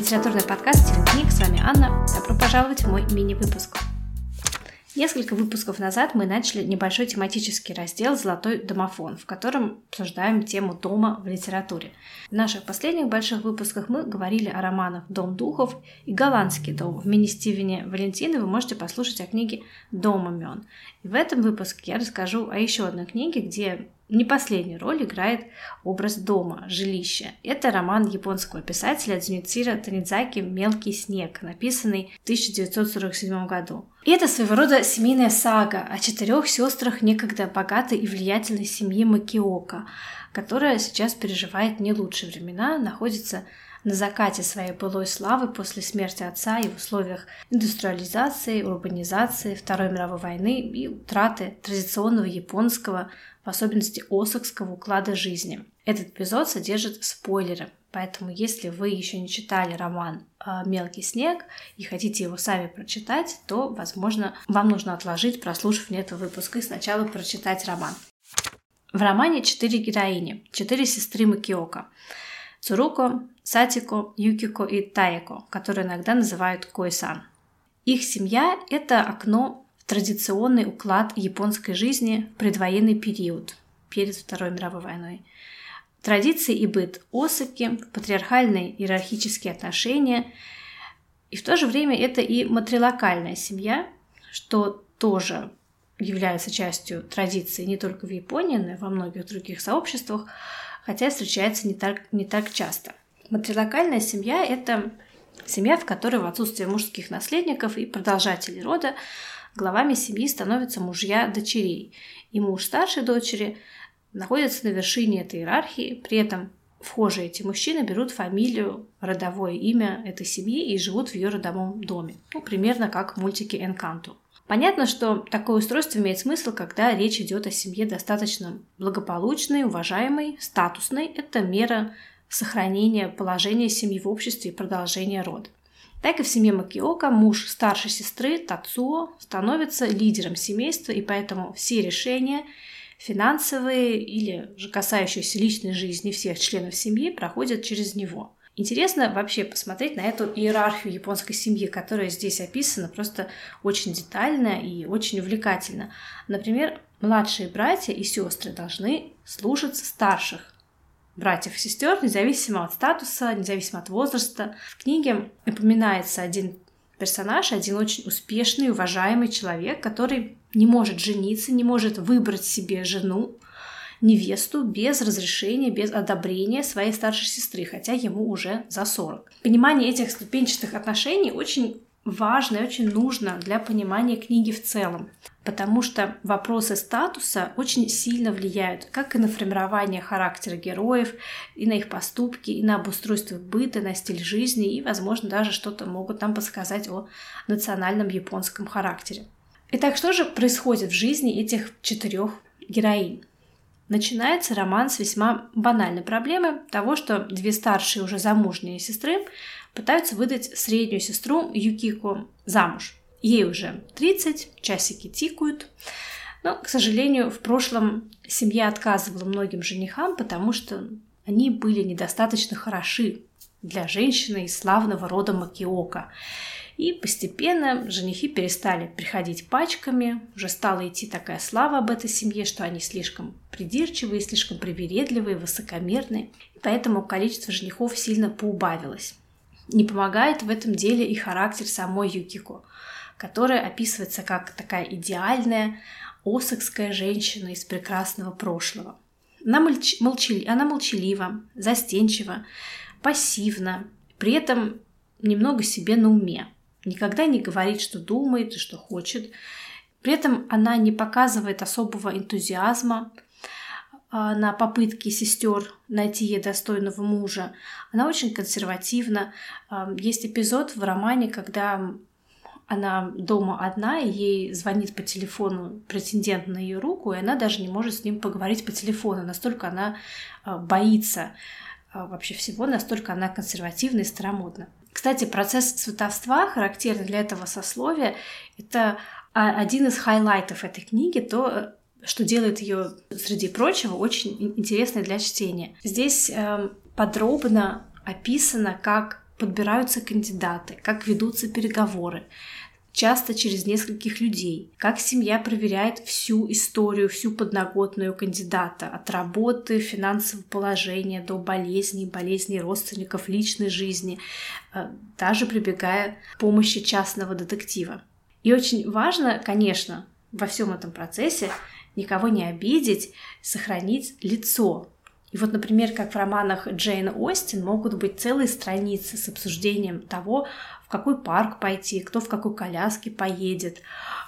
литературный подкаст «Терминник». С вами Анна. Добро пожаловать в мой мини-выпуск. Несколько выпусков назад мы начали небольшой тематический раздел «Золотой домофон», в котором обсуждаем тему дома в литературе. В наших последних больших выпусках мы говорили о романах «Дом духов» и «Голландский дом». В мини-Стивене Валентины вы можете послушать о книге «Дом имен». И в этом выпуске я расскажу о еще одной книге, где не последнюю роль играет образ дома, жилища. Это роман японского писателя Дзуницира Танидзаки «Мелкий снег», написанный в 1947 году. И это своего рода семейная сага о 4 сестрах некогда богатой и влиятельной семьи Макиока, которая сейчас переживает не лучшие времена, находится на закате своей былой славы после смерти отца и в условиях индустриализации, урбанизации, Второй мировой войны и утраты традиционного японского, в особенности осакского уклада жизни. Этот эпизод содержит спойлеры, поэтому если вы еще не читали роман «Мелкий снег» и хотите его сами прочитать, то, возможно, вам нужно отложить прослушивание этого выпуска и сначала прочитать роман. В романе 4 героини, 4 сестры Макиока: Цуруко, Сатико, Юкико и Таэко, которые иногда называют Кой-сан. Их семья – это окно в традиционный уклад японской жизни в предвоенный период, перед Второй мировой войной. Традиции и быт Осаки, патриархальные иерархические отношения, и в то же время это и матрилокальная семья, что тоже является частью традиции не только в Японии, но и во многих других сообществах, хотя встречается не так часто. Матрилокальная семья – это семья, в которой в отсутствие мужских наследников и продолжателей рода главами семьи становятся мужья дочерей, и муж старшей дочери находится на вершине этой иерархии, при этом вхожие эти мужчины берут фамилию, родовое имя этой семьи и живут в ее родовом доме, примерно как в мультике «Энканту». Понятно, что такое устройство имеет смысл, когда речь идет о семье достаточно благополучной, уважаемой, статусной. Это мера сохранения положения семьи в обществе и продолжения рода. Так и в семье Макиока муж старшей сестры Тацуо становится лидером семейства, и поэтому все решения, финансовые или же касающиеся личной жизни всех членов семьи, проходят через него. Интересно вообще посмотреть на эту иерархию японской семьи, которая здесь описана просто очень детально и очень увлекательно. Например, младшие братья и сестры должны слушаться старших братьев и сестер, независимо от статуса, независимо от возраста. В книге упоминается один персонаж, один очень успешный, уважаемый человек, который не может жениться, не может выбрать себе жену, невесту без разрешения, без одобрения своей старшей сестры, хотя ему уже за 40. Понимание этих ступенчатых отношений очень важно и очень нужно для понимания книги в целом, потому что вопросы статуса очень сильно влияют как и на формирование характера героев, и на их поступки, и на обустройство быта, на стиль жизни, и, возможно, даже что-то могут нам подсказать о национальном японском характере. Итак, что же происходит в жизни этих 4 героинь? Начинается роман с весьма банальной проблемы того, что 2 старшие уже замужние сестры пытаются выдать среднюю сестру Юкико замуж. Ей уже 30, часики тикают. Но, к сожалению, в прошлом семья отказывала многим женихам, потому что они были недостаточно хороши для женщины из славного рода Макиока. И постепенно женихи перестали приходить пачками, уже стала идти такая слава об этой семье, что они слишком придирчивые, слишком привередливые, высокомерные, и поэтому количество женихов сильно поубавилось. Не помогает в этом деле и характер самой Юкико, которая описывается как такая идеальная осакская женщина из прекрасного прошлого. Она молчалива, застенчива, пассивна, при этом немного себе на уме. Никогда не говорит, что думает и что хочет. При этом она не показывает особого энтузиазма на попытки сестер найти ей достойного мужа. Она очень консервативна. Есть эпизод в романе, когда она дома одна, и ей звонит по телефону претендент на ее руку, и она даже не может с ним поговорить по телефону. Настолько она боится вообще всего, настолько она консервативна и старомодна. Кстати, процесс сватовства, характерный для этого сословия, это один из хайлайтов этой книги, то, что делает ее, среди прочего, очень интересной для чтения. Здесь подробно описано, как подбираются кандидаты, как ведутся переговоры, часто через нескольких людей, как семья проверяет всю историю, всю подноготную кандидата, от работы, финансового положения до болезней родственников, личной жизни, даже прибегая к помощи частного детектива. И очень важно, конечно, во всем этом процессе никого не обидеть, сохранить лицо. И вот, например, как в романах Джейн Остин могут быть целые страницы с обсуждением того, в какой парк пойти, кто в какой коляске поедет,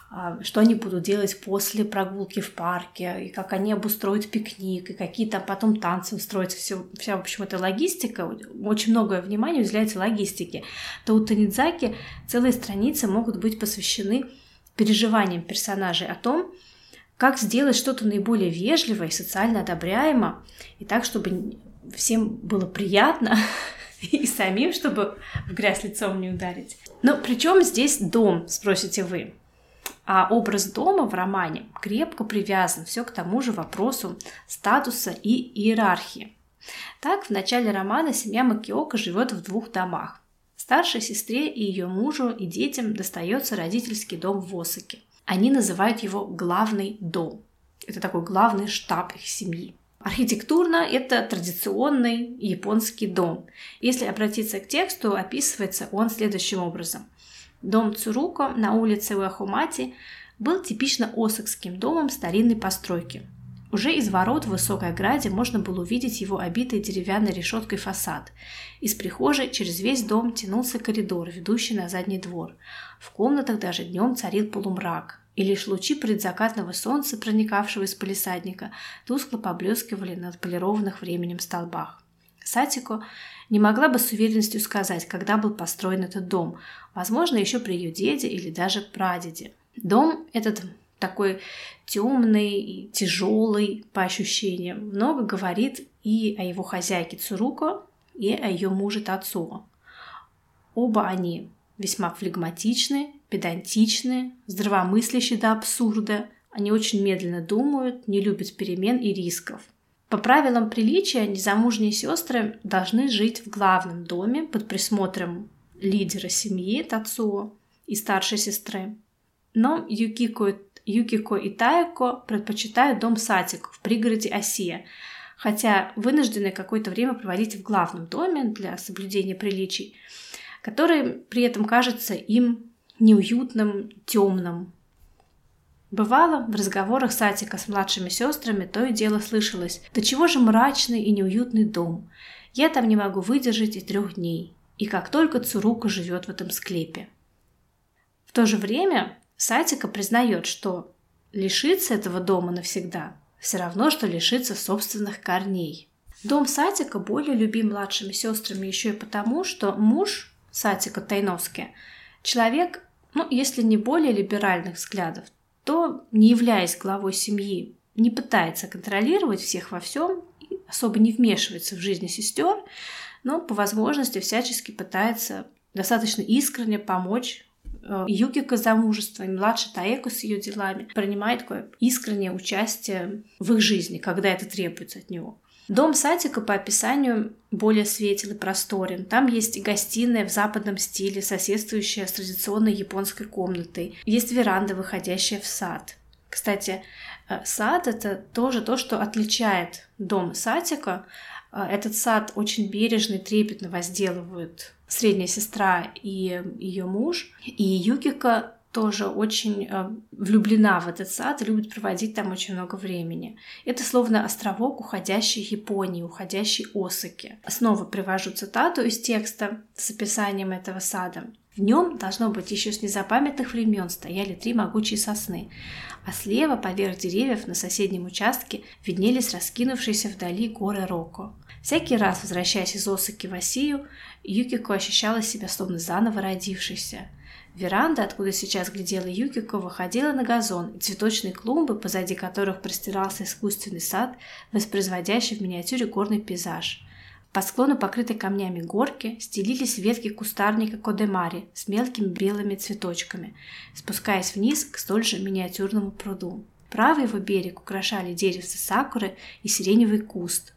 что они будут делать после прогулки в парке, и как они обустроят пикник, и какие там потом танцы устроить. Вся, в общем, эта логистика, очень много внимания уделяется логистике. То у Танидзаки целые страницы могут быть посвящены переживаниям персонажей о том, как сделать что-то наиболее вежливо и социально одобряемо, и так, чтобы всем было приятно, и самим, чтобы в грязь лицом не ударить. Но при чем здесь дом, спросите вы? А образ дома в романе крепко привязан все к тому же вопросу статуса и иерархии. Так, в начале романа семья Макиока живет в 2 домах. Старшей сестре и ее мужу и детям достается родительский дом в Осаке. Они называют его «главный дом». Это такой главный штаб их семьи. Архитектурно это традиционный японский дом. Если обратиться к тексту, описывается он следующим образом. Дом Цуруко на улице Уэхомати был типично осакским домом старинной постройки. Уже из ворот в высокой ограде можно было увидеть его обитый деревянной решеткой фасад. Из прихожей через весь дом тянулся коридор, ведущий на задний двор. В комнатах даже днем царил полумрак, и лишь лучи предзакатного солнца, проникавшего из палисадника, тускло поблескивали на отполированных временем столбах. Сатико не могла бы с уверенностью сказать, когда был построен этот дом, возможно, еще при ее деде или даже прадеде. Дом этот такой темный и тяжелый по ощущениям, много говорит и о его хозяйке Цуруко, и о ее муже Тацуо. Оба они весьма флегматичны, педантичны, здравомыслящие до абсурда. Они очень медленно думают, не любят перемен и рисков. По правилам приличия незамужние сестры должны жить в главном доме под присмотром лидера семьи Тацуо и старшей сестры. Но Юкико и Таяко предпочитают дом Сатико в пригороде Осия, хотя вынуждены какое-то время проводить в главном доме для соблюдения приличий, который при этом кажется им неуютным, темным. Бывало, в разговорах Сатико с младшими сестрами то и дело слышалось: «Да чего же мрачный и неуютный дом? Я там не могу выдержать и 3 дней. И как только Цуруко живет в этом склепе». В то же время Сатико признает, что лишиться этого дома навсегда все равно, что лишиться собственных корней. Дом Сатико более любим младшими сестрами еще и потому, что муж Сатико Тайноски человек, если не более либеральных взглядов, то, не являясь главой семьи, не пытается контролировать всех во всем, особо не вмешивается в жизнь сестер, но по возможности всячески пытается достаточно искренне помочь Юкико с замужеством, младший Таэко с ее делами, принимает такое искреннее участие в их жизни, когда это требуется от него. Дом Сатико по описанию более светел и просторен. Там есть гостиная в западном стиле, соседствующая с традиционной японской комнатой. Есть веранда, выходящая в сад. Кстати, сад — это тоже то, что отличает дом Сатико. Этот сад очень бережно и трепетно возделывают средняя сестра и ее муж. И Юкико тоже очень влюблена в этот сад и любит проводить там очень много времени. Это словно островок уходящей Японии, уходящей Осаки. Снова привожу цитату из текста с описанием этого сада. В нем, должно быть, еще с незапамятных времен стояли 3 могучие сосны, а слева, поверх деревьев, на соседнем участке виднелись раскинувшиеся вдали горы Роко. Всякий раз, возвращаясь из Осаки в Осию, Юкико ощущала себя словно заново родившейся. Веранда, откуда сейчас глядела Юкико, выходила на газон и цветочные клумбы, позади которых простирался искусственный сад, воспроизводящий в миниатюре горный пейзаж. По склону, покрытой камнями горки, стелились ветки кустарника кодемари с мелкими белыми цветочками, спускаясь вниз к столь же миниатюрному пруду. Правый его берег украшали деревца сакуры и сиреневый куст.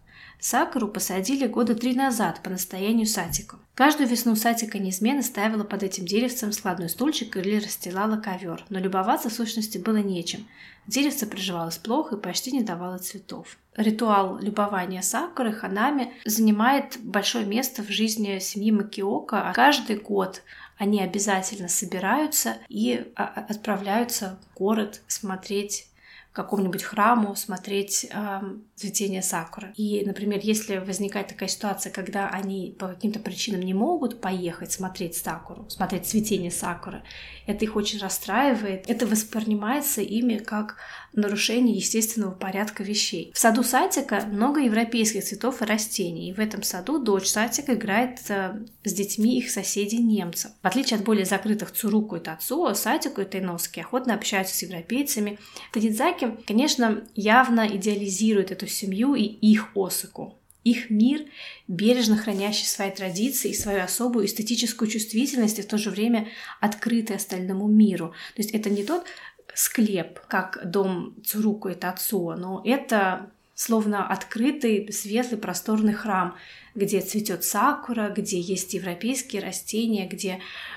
Сакуру посадили года 3 назад по настоянию Сатико. Каждую весну Сатико неизменно ставила под этим деревцем складной стульчик или расстилала ковер, но любоваться в сущности было нечем. Деревце приживалось плохо и почти не давало цветов. Ритуал любования сакуры, ханами, занимает большое место в жизни семьи Макиока. Каждый год они обязательно собираются и отправляются в город смотреть к какому-нибудь храму, смотреть цветение сакуры. И, например, если возникает такая ситуация, когда они по каким-то причинам не могут поехать смотреть сакуру, смотреть цветение сакуры, это их очень расстраивает. Это воспринимается ими как нарушение естественного порядка вещей. В саду Сатико много европейских цветов и растений, и в этом саду дочь Сатико играет с детьми их соседей-немцев. В отличие от более закрытых Цуруко и Тацуо, Сатико и Тайноски охотно общаются с европейцами. Танидзаки, конечно, явно идеализирует эту семью и их осаку. Их мир, бережно хранящий свои традиции и свою особую эстетическую чувствительность, и в то же время открытый остальному миру. То есть это не тот склеп, как дом Цуруко и Тацуо, но это словно открытый, светлый, просторный храм, где цветет сакура, где есть европейские растения, где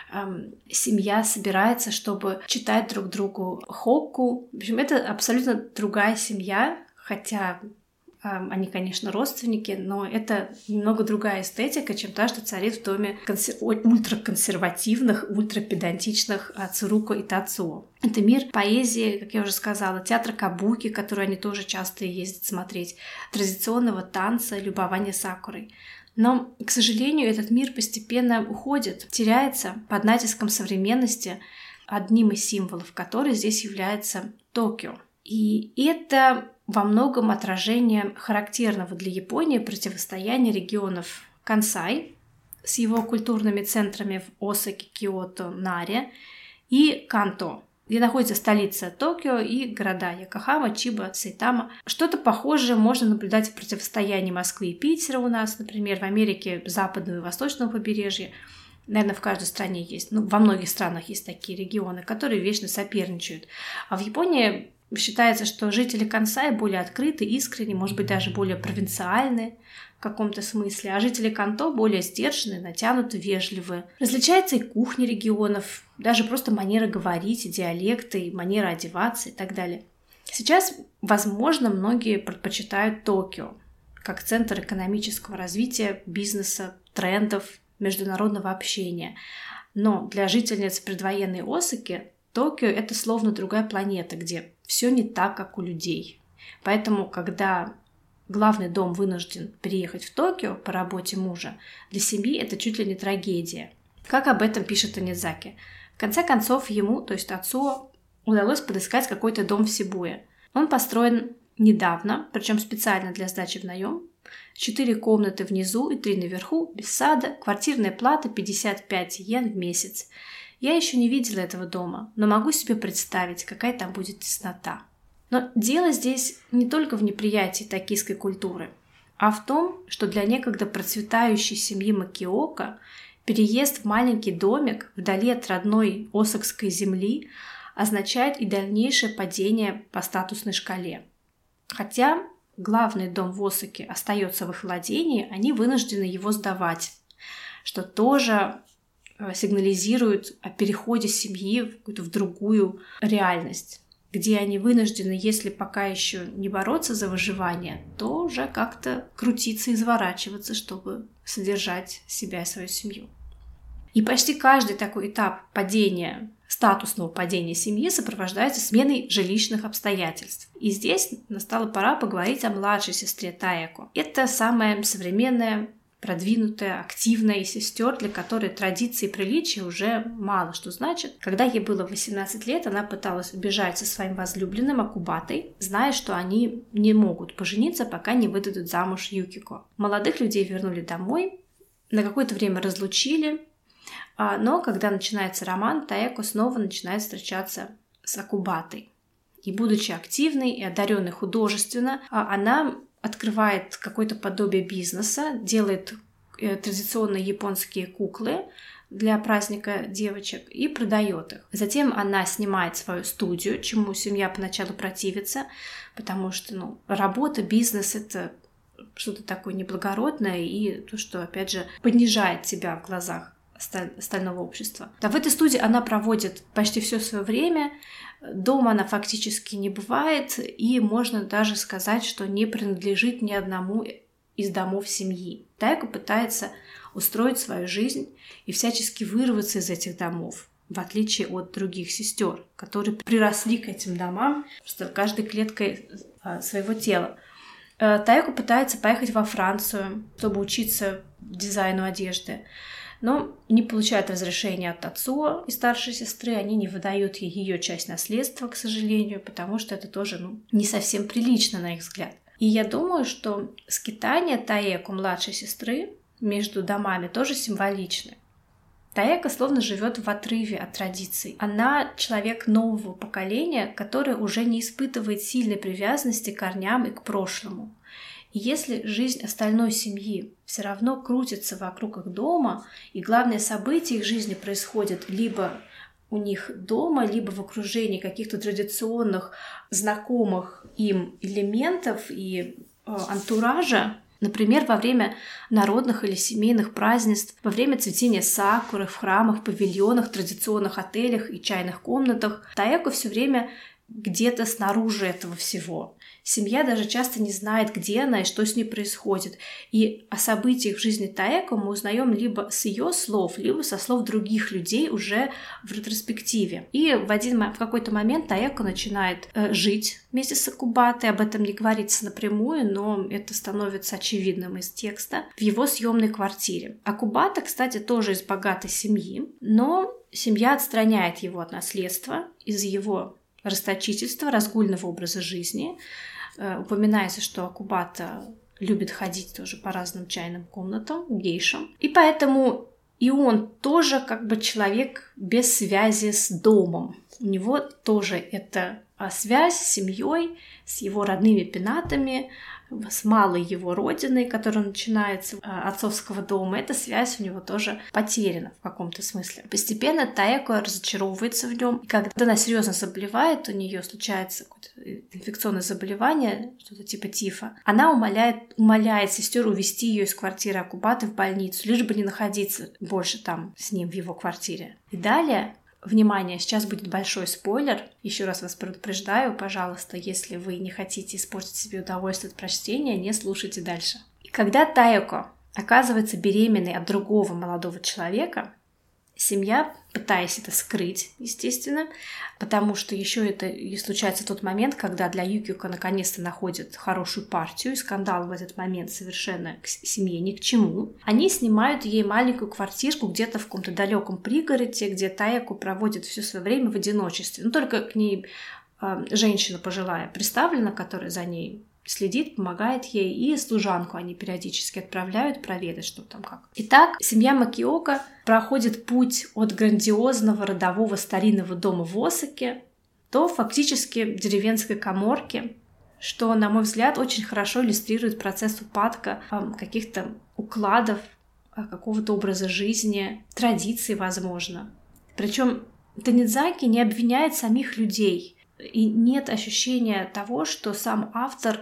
семья собирается, чтобы читать друг другу хокку. В общем, это абсолютно другая семья, хотя они, конечно, родственники, но это немного другая эстетика, чем та, что царит в доме ультраконсервативных, ультрапедантичных Цуруко и Тацуо. Это мир поэзии, как я уже сказала, театра кабуки, который они тоже часто ездят смотреть, традиционного танца, любования сакурой. Но, к сожалению, этот мир постепенно уходит, теряется под натиском современности, одним из символов которой здесь является Токио. И это во многом отражение характерного для Японии противостояния регионов Кансай с его культурными центрами в Осаке, Киото, Наре и Канто, где находится столица Токио и города Йокохама, Чиба, Сайтама. Что-то похожее можно наблюдать в противостоянии Москвы и Питера у нас, например, в Америке западного и восточного побережья. Наверное, в каждой стране есть, во многих странах есть такие регионы, которые вечно соперничают. А в Японии считается, что жители Кансай более открыты, искренне, может быть, даже более провинциальны в каком-то смысле, а жители Канто более сдержанные, натянуты, вежливы. Различается и кухня регионов, даже просто манера говорить, диалекты, манера одеваться и так далее. Сейчас, возможно, многие предпочитают Токио как центр экономического развития, бизнеса, трендов, международного общения. Но для жительниц предвоенной Осаки Токио — это словно другая планета, где все не так, как у людей. Поэтому, когда главный дом вынужден переехать в Токио по работе мужа, для семьи это чуть ли не трагедия. Как об этом пишет Танидзаки. В конце концов, ему, то есть Тацуо, удалось подыскать какой-то дом в Сибуе. Он построен недавно, причем специально для сдачи в наем. 4 комнаты внизу и 3 наверху, без сада, квартирная плата 55 йен в месяц. Я еще не видела этого дома, но могу себе представить, какая там будет теснота. Но дело здесь не только в неприятии токийской культуры, а в том, что для некогда процветающей семьи Макиока переезд в маленький домик вдали от родной осакской земли означает и дальнейшее падение по статусной шкале. Хотя главный дом в Осаке остается в их владении, они вынуждены его сдавать, что тоже сигнализирует о переходе семьи в другую реальность, где они вынуждены, если пока еще не бороться за выживание, то уже как-то крутиться и изворачиваться, чтобы содержать себя и свою семью. И почти каждый такой этап статусного падения семьи сопровождается сменой жилищных обстоятельств. И здесь настала пора поговорить о младшей сестре Таэко. Это самая современная, продвинутая, активная из сестер, для которой традиции и приличия уже мало что значит. Когда ей было 18 лет, она пыталась убежать со своим возлюбленным Акубатой, зная, что они не могут пожениться, пока не выдадут замуж Юкико. Молодых людей вернули домой, на какое-то время разлучили, но когда начинается роман, Таэко снова начинает встречаться с Акубатой. И будучи активной и одаренной художественно, она открывает какое-то подобие бизнеса, делает традиционные японские куклы для праздника девочек и продает их. Затем она снимает свою студию, чему семья поначалу противится, потому что работа, бизнес — это что-то такое неблагородное и то, что, опять же, понижает тебя в глазах остального общества. Да, в этой студии она проводит почти все свое время. Дома она фактически не бывает, и можно даже сказать, что не принадлежит ни одному из домов семьи. Тайко пытается устроить свою жизнь и всячески вырваться из этих домов, в отличие от других сестер, которые приросли к этим домам просто каждой клеткой своего тела. Тайко пытается поехать во Францию, чтобы учиться дизайну одежды, но не получает разрешения от отца и старшей сестры, они не выдают ей ее часть наследства, к сожалению, потому что это тоже не совсем прилично, на их взгляд. И я думаю, что скитание Таэко, младшей сестры, между домами тоже символичны. Таэко словно живет в отрыве от традиций. Она человек нового поколения, который уже не испытывает сильной привязанности к корням и к прошлому. И если жизнь остальной семьи все равно крутится вокруг их дома, и главное событие их жизни происходит либо у них дома, либо в окружении каких-то традиционных, знакомых им элементов и антуража, например, во время народных или семейных празднеств, во время цветения сакуры, в храмах, павильонах, традиционных отелях и чайных комнатах, Таэко все время где-то снаружи этого всего. Семья даже часто не знает, где она и что с ней происходит. И о событиях в жизни Таэко мы узнаем либо с ее слов, либо со слов других людей уже в ретроспективе. И в какой-то момент Таэко начинает жить вместе с Акубатой. Об этом не говорится напрямую, но это становится очевидным из текста. В его съемной квартире. Акубата, кстати, тоже из богатой семьи, но семья отстраняет его от наследства из-за его расточительства, разгульного образа жизни. Упоминается, что Акубата любит ходить тоже по разным чайным комнатам, гейшам. И поэтому и он тоже как бы человек без связи с домом. У него тоже это связь с семьей, с его родными пенатами, с малой его родиной, которая начинается отцовского дома. Эта связь у него тоже потеряна в каком-то смысле. Постепенно Таэко разочаровывается в нем. И когда она серьезно заболевает, у нее случается какое-то инфекционное заболевание, что-то типа тифа, она умоляет сестер увезти ее из квартиры Акубаты в больницу, лишь бы не находиться больше там с ним в его квартире. И далее, внимание, сейчас будет большой спойлер. Еще раз вас предупреждаю, пожалуйста, если вы не хотите испортить себе удовольствие от прочтения, не слушайте дальше. И когда Таэко оказывается беременной от другого молодого человека, семья, пытаясь это скрыть, естественно, потому что еще это и случается тот момент, когда для Юкико наконец-то находят хорошую партию, и скандал в этот момент совершенно к семье ни к чему. Они снимают ей маленькую квартирку где-то в каком-то далеком пригороде, где Таэко проводит все свое время в одиночестве. Но только к ней женщина пожилая представлена, которая за ней следит, помогает ей, и служанку они периодически отправляют проведать, что там как. Итак, семья Макиока проходит путь от грандиозного родового старинного дома в Осаке до фактически деревенской каморки, что, на мой взгляд, очень хорошо иллюстрирует процесс упадка каких-то укладов, какого-то образа жизни, традиций, возможно. Причем Танидзаки не обвиняет самих людей, и нет ощущения того, что сам автор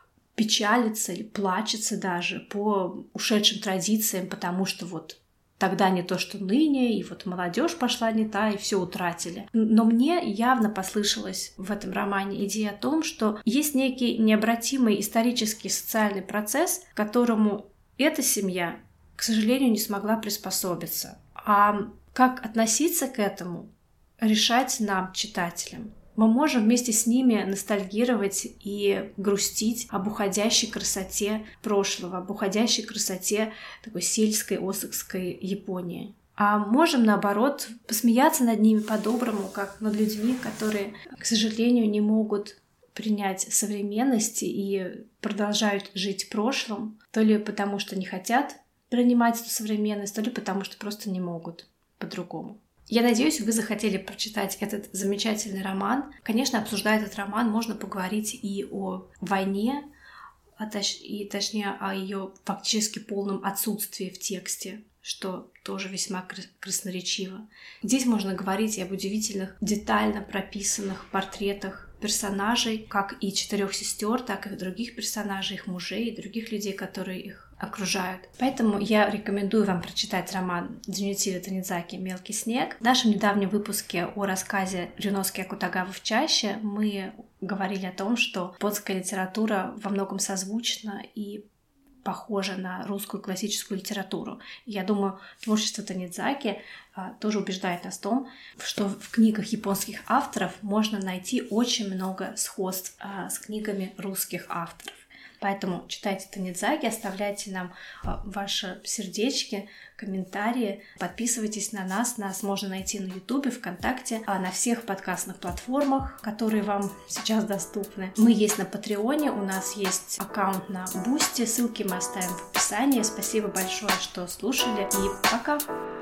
печалится или плачется даже по ушедшим традициям, потому что вот тогда не то, что ныне, и вот молодежь пошла не та, и все утратили. Но мне явно послышалась в этом романе идея о том, что есть некий необратимый исторический социальный процесс, к которому эта семья, к сожалению, не смогла приспособиться. А как относиться к этому, решать нам, читателям. Мы можем вместе с ними ностальгировать и грустить об уходящей красоте прошлого, об уходящей красоте такой сельской, осакской Японии. А можем, наоборот, посмеяться над ними по-доброму, как над людьми, которые, к сожалению, не могут принять современность и продолжают жить в прошлом, то ли потому, что не хотят принимать эту современность, то ли потому, что просто не могут по-другому. Я надеюсь, вы захотели прочитать этот замечательный роман. Конечно, обсуждая этот роман, можно поговорить и о войне, точнее о ее фактически полном отсутствии в тексте, что тоже весьма красноречиво. Здесь можно говорить и об удивительных, детально прописанных портретах персонажей, как и 4 сестер, так и других персонажей, их мужей и других людей, которые их окружают. Поэтому я рекомендую вам прочитать роман Джунитиро Танидзаки «Мелкий снег». В нашем недавнем выпуске о рассказе Рюноски Акутагавы «В чаще» мы говорили о том, что японская литература во многом созвучна и похожа на русскую классическую литературу. Я думаю, творчество Танидзаки тоже убеждает нас в том, что в книгах японских авторов можно найти очень много сходств с книгами русских авторов. Поэтому читайте Танидзаки, оставляйте нам ваши сердечки, комментарии, подписывайтесь на нас. Нас можно найти на Ютубе, ВКонтакте, на всех подкастных платформах, которые вам сейчас доступны. Мы есть на Патреоне, у нас есть аккаунт на Бусти, ссылки мы оставим в описании. Спасибо большое, что слушали, и пока!